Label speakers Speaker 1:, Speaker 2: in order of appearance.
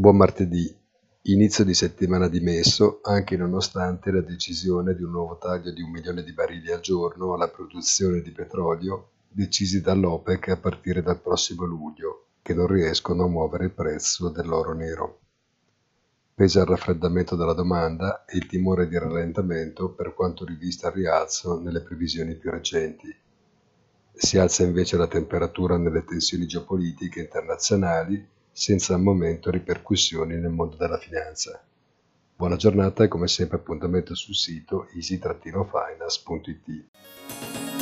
Speaker 1: Buon martedì, inizio di settimana dimesso anche nonostante la decisione di un nuovo taglio di 1 milione di barili al giorno alla produzione di petrolio decisi dall'OPEC a partire dal prossimo luglio, che non riescono a muovere il prezzo dell'oro nero. Pesa il raffreddamento della domanda e il timore di rallentamento per quanto rivista al rialzo nelle previsioni più recenti. Si alza invece la temperatura nelle tensioni geopolitiche internazionali, senza al momento ripercussioni nel mondo della finanza. Buona giornata e come sempre appuntamento sul sito easy-finance.it.